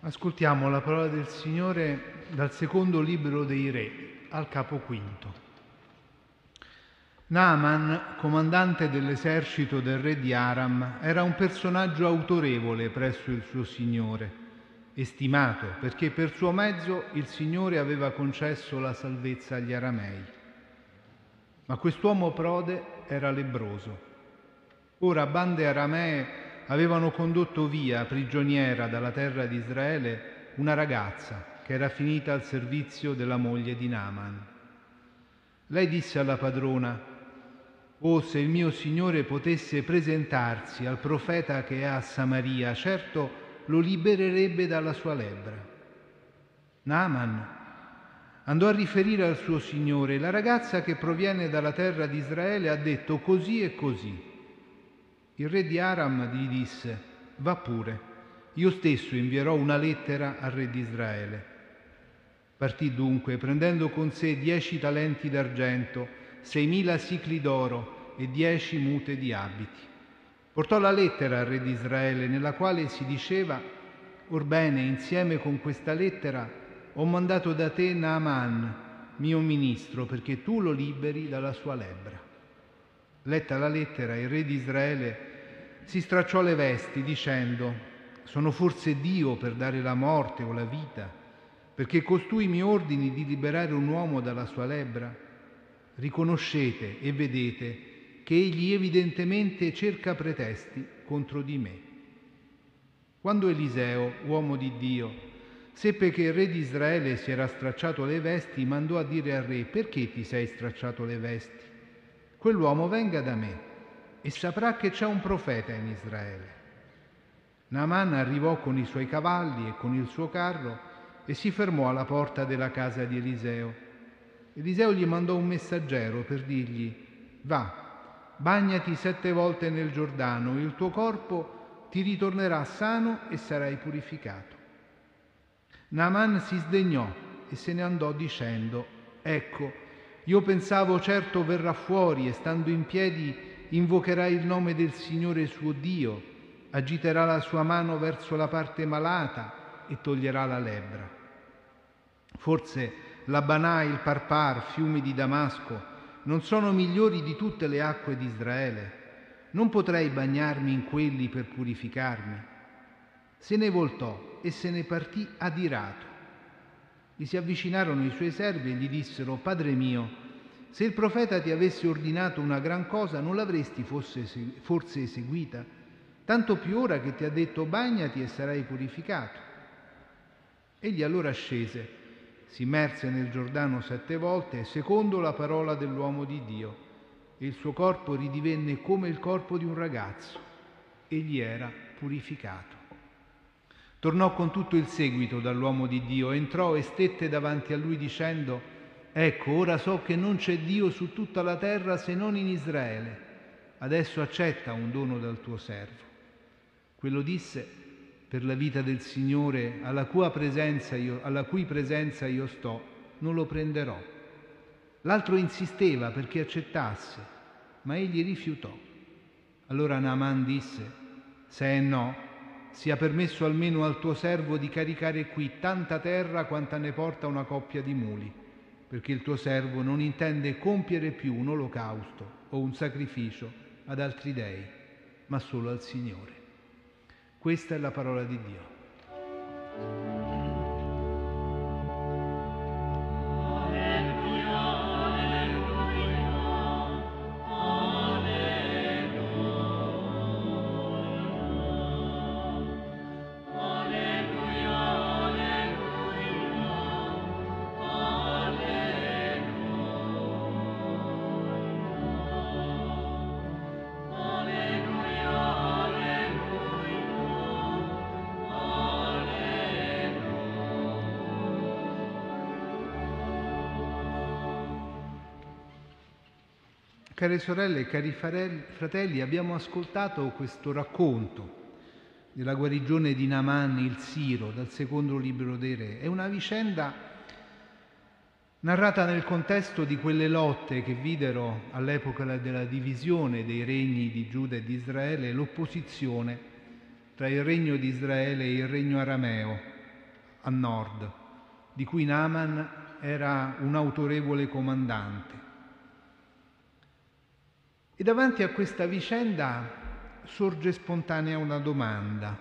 Ascoltiamo la parola del Signore dal secondo libro dei Re, al capo quinto. Naaman, comandante dell'esercito del re di Aram, era un personaggio autorevole presso il suo Signore e stimato perché per suo mezzo il Signore aveva concesso la salvezza agli aramei. Ma quest'uomo prode era lebbroso. Ora bande aramee avevano condotto via prigioniera dalla terra di Israele una ragazza che era finita al servizio della moglie di Naaman. Lei disse alla padrona: «Oh, se il mio signore potesse presentarsi al profeta che è a Samaria, certo lo libererebbe dalla sua lebbra». Naaman andò a riferire al suo signore: «La ragazza che proviene dalla terra di Israele ha detto così e così». Il re di Aram gli disse: «Va pure, io stesso invierò una lettera al re di Israele». Partì dunque, prendendo con sé 10 talenti d'argento, 6.000 sicli d'oro e 10 mute di abiti. Portò la lettera al re di Israele, nella quale si diceva: «Orbene, insieme con questa lettera ho mandato da te Naaman, mio ministro, perché tu lo liberi dalla sua lebbra». Letta la lettera, il re di Israele si stracciò le vesti dicendo: «Sono forse Dio per dare la morte o la vita, perché costui mi ordini di liberare un uomo dalla sua lebbra? Riconoscete e vedete che egli evidentemente cerca pretesti contro di me». Quando Eliseo, uomo di Dio, seppe che il re di Israele si era stracciato le vesti, mandò a dire al re: «Perché ti sei stracciato le vesti? Quell'uomo venga da me e saprà che c'è un profeta in Israele». Naaman arrivò con i suoi cavalli e con il suo carro e si fermò alla porta della casa di Eliseo. Eliseo gli mandò un messaggero per dirgli: «Va, bagnati 7 volte nel Giordano, il tuo corpo ti ritornerà sano e sarai purificato». Naaman si sdegnò e se ne andò dicendo: «Ecco, io pensavo certo verrà fuori e stando in piedi invocherà il nome del Signore suo Dio, agiterà la sua mano verso la parte malata e toglierà la lebbra. Forse l'Abanà e il Parpar, fiumi di Damasco, non sono migliori di tutte le acque di Israele? Non potrei bagnarmi in quelli per purificarmi?» Se ne voltò e se ne partì adirato. Gli si avvicinarono i suoi servi e gli dissero: «Padre mio, se il profeta ti avesse ordinato una gran cosa, non l'avresti forse eseguita? Tanto più ora che ti ha detto: bagnati e sarai purificato». Egli allora scese, si immerse nel Giordano 7 volte, secondo la parola dell'uomo di Dio, e il suo corpo ridivenne come il corpo di un ragazzo. Egli era purificato. Tornò con tutto il seguito dall'uomo di Dio, entrò e stette davanti a lui dicendo: «Ecco, ora so che non c'è Dio su tutta la terra se non in Israele. Adesso accetta un dono dal tuo servo». Quello disse: «Per la vita del Signore, alla cui presenza io sto, non lo prenderò». L'altro insisteva perché accettasse, ma egli rifiutò. Allora Naaman disse: «Se è no, sia permesso almeno al tuo servo di caricare qui tanta terra quanta ne porta una coppia di muli, perché il tuo servo non intende compiere più un olocausto o un sacrificio ad altri dei, ma solo al Signore». Questa è la parola di Dio. Care sorelle e cari fratelli, abbiamo ascoltato questo racconto della guarigione di Naaman il Siro dal secondo libro dei Re. È una vicenda narrata nel contesto di quelle lotte che videro all'epoca della divisione dei regni di Giuda e di Israele l'opposizione tra il regno di Israele e il regno arameo, a nord, di cui Naaman era un autorevole comandante. E davanti a questa vicenda sorge spontanea una domanda: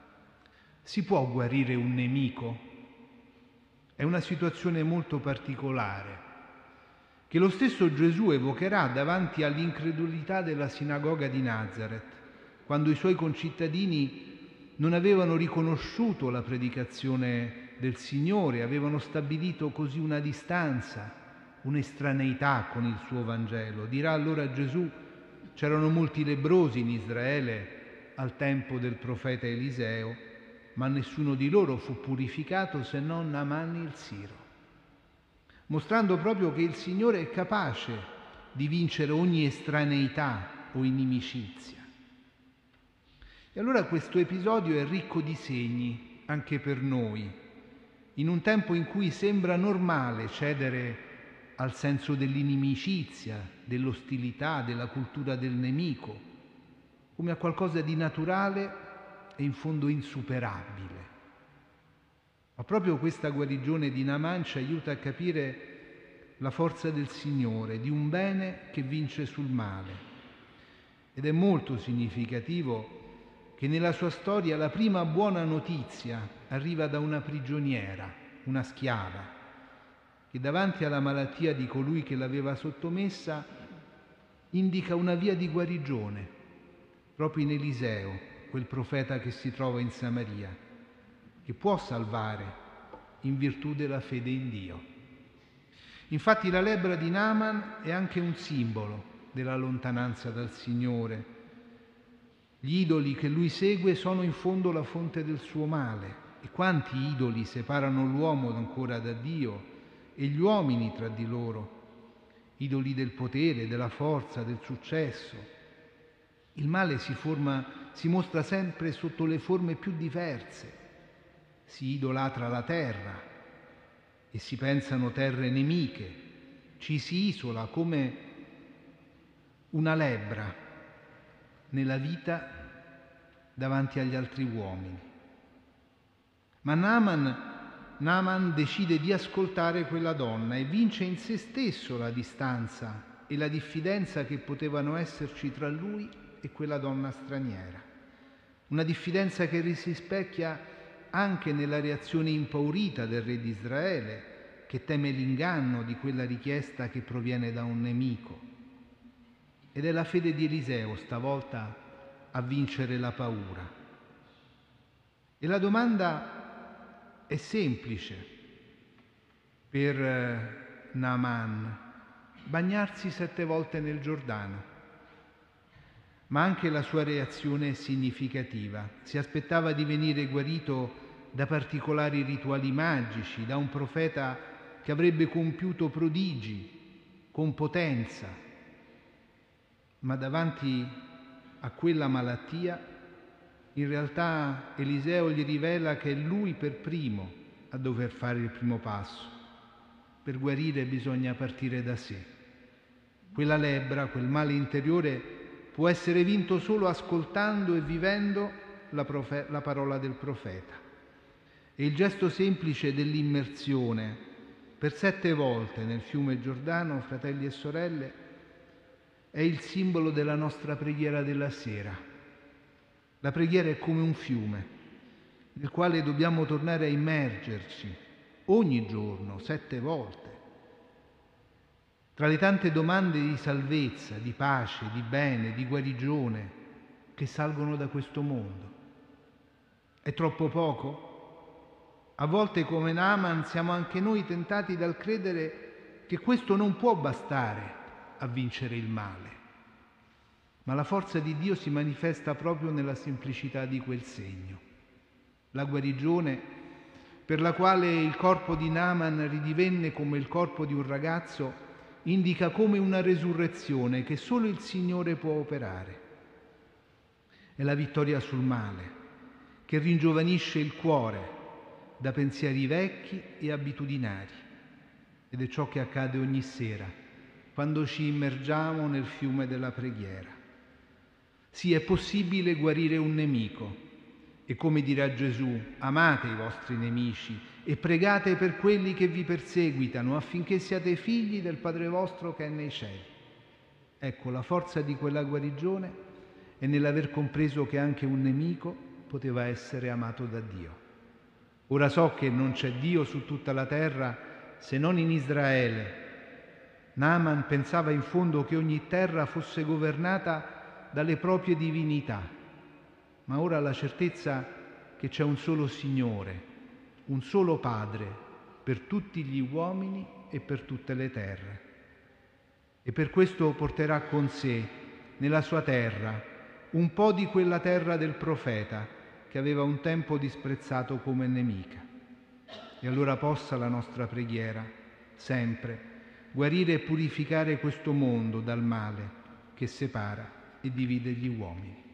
si può guarire un nemico? È una situazione molto particolare, che lo stesso Gesù evocherà davanti all'incredulità della sinagoga di Nazareth, quando i suoi concittadini non avevano riconosciuto la predicazione del Signore, avevano stabilito così una distanza, un'estraneità con il suo Vangelo. Dirà allora Gesù: c'erano molti lebbrosi in Israele al tempo del profeta Eliseo, ma nessuno di loro fu purificato se non Naaman il Siro, mostrando proprio che il Signore è capace di vincere ogni estraneità o inimicizia. E allora questo episodio è ricco di segni anche per noi, in un tempo in cui sembra normale cedere al senso dell'inimicizia, dell'ostilità, della cultura del nemico, come a qualcosa di naturale e in fondo insuperabile. Ma proprio questa guarigione di Naaman ci aiuta a capire la forza del Signore, di un bene che vince sul male. Ed è molto significativo che nella sua storia la prima buona notizia arriva da una prigioniera, una schiava, che davanti alla malattia di colui che l'aveva sottomessa indica una via di guarigione, proprio in Eliseo, quel profeta che si trova in Samaria, che può salvare in virtù della fede in Dio. Infatti la lebbra di Naaman è anche un simbolo della lontananza dal Signore. Gli idoli che lui segue sono in fondo la fonte del suo male. E quanti idoli separano l'uomo ancora da Dio e gli uomini tra di loro? Idoli del potere, della forza, del successo. Il male si mostra sempre sotto le forme più diverse. Si idolatra la terra e si pensano terre nemiche. Ci si isola come una lebbra nella vita davanti agli altri uomini. Ma Naaman decide di ascoltare quella donna e vince in se stesso la distanza e la diffidenza che potevano esserci tra lui e quella donna straniera. Una diffidenza che si specchia anche nella reazione impaurita del re di Israele, che teme l'inganno di quella richiesta che proviene da un nemico. Ed è la fede di Eliseo stavolta a vincere la paura. E la domanda è semplice per Naaman: bagnarsi 7 volte nel Giordano. Ma anche la sua reazione è significativa. Si aspettava di venire guarito da particolari rituali magici, da un profeta che avrebbe compiuto prodigi con potenza. Ma davanti a quella malattia, in realtà Eliseo gli rivela che è lui per primo a dover fare il primo passo. Per guarire bisogna partire da sé. Quella lebbra, quel male interiore può essere vinto solo ascoltando e vivendo la parola del profeta. E il gesto semplice dell'immersione per 7 volte nel fiume Giordano, fratelli e sorelle, è il simbolo della nostra preghiera della sera. La preghiera è come un fiume nel quale dobbiamo tornare a immergerci ogni giorno, 7 volte. Tra le tante domande di salvezza, di pace, di bene, di guarigione che salgono da questo mondo. È troppo poco? A volte, come Naaman, siamo anche noi tentati dal credere che questo non può bastare a vincere il male. Ma la forza di Dio si manifesta proprio nella semplicità di quel segno. La guarigione per la quale il corpo di Naaman ridivenne come il corpo di un ragazzo indica come una resurrezione che solo il Signore può operare. È la vittoria sul male che ringiovanisce il cuore da pensieri vecchi e abitudinari. Ed è ciò che accade ogni sera quando ci immergiamo nel fiume della preghiera. Sì, è possibile guarire un nemico E come dirà Gesù, amate i vostri nemici e pregate per quelli che vi perseguitano, affinché siate figli del Padre vostro che è nei cieli. Ecco, la forza di quella guarigione è nell'aver compreso che anche un nemico poteva essere amato da Dio. Ora so che non c'è Dio su tutta la terra se non in Israele. Naaman pensava in fondo che ogni terra fosse governata dalle proprie divinità, ma ora ha la certezza che c'è un solo Signore, un solo Padre per tutti gli uomini e per tutte le terre. E per questo porterà con sé nella sua terra un po' di quella terra del profeta che aveva un tempo disprezzato come nemica. E allora possa la nostra preghiera sempre guarire e purificare questo mondo dal male che separa e divide gli uomini.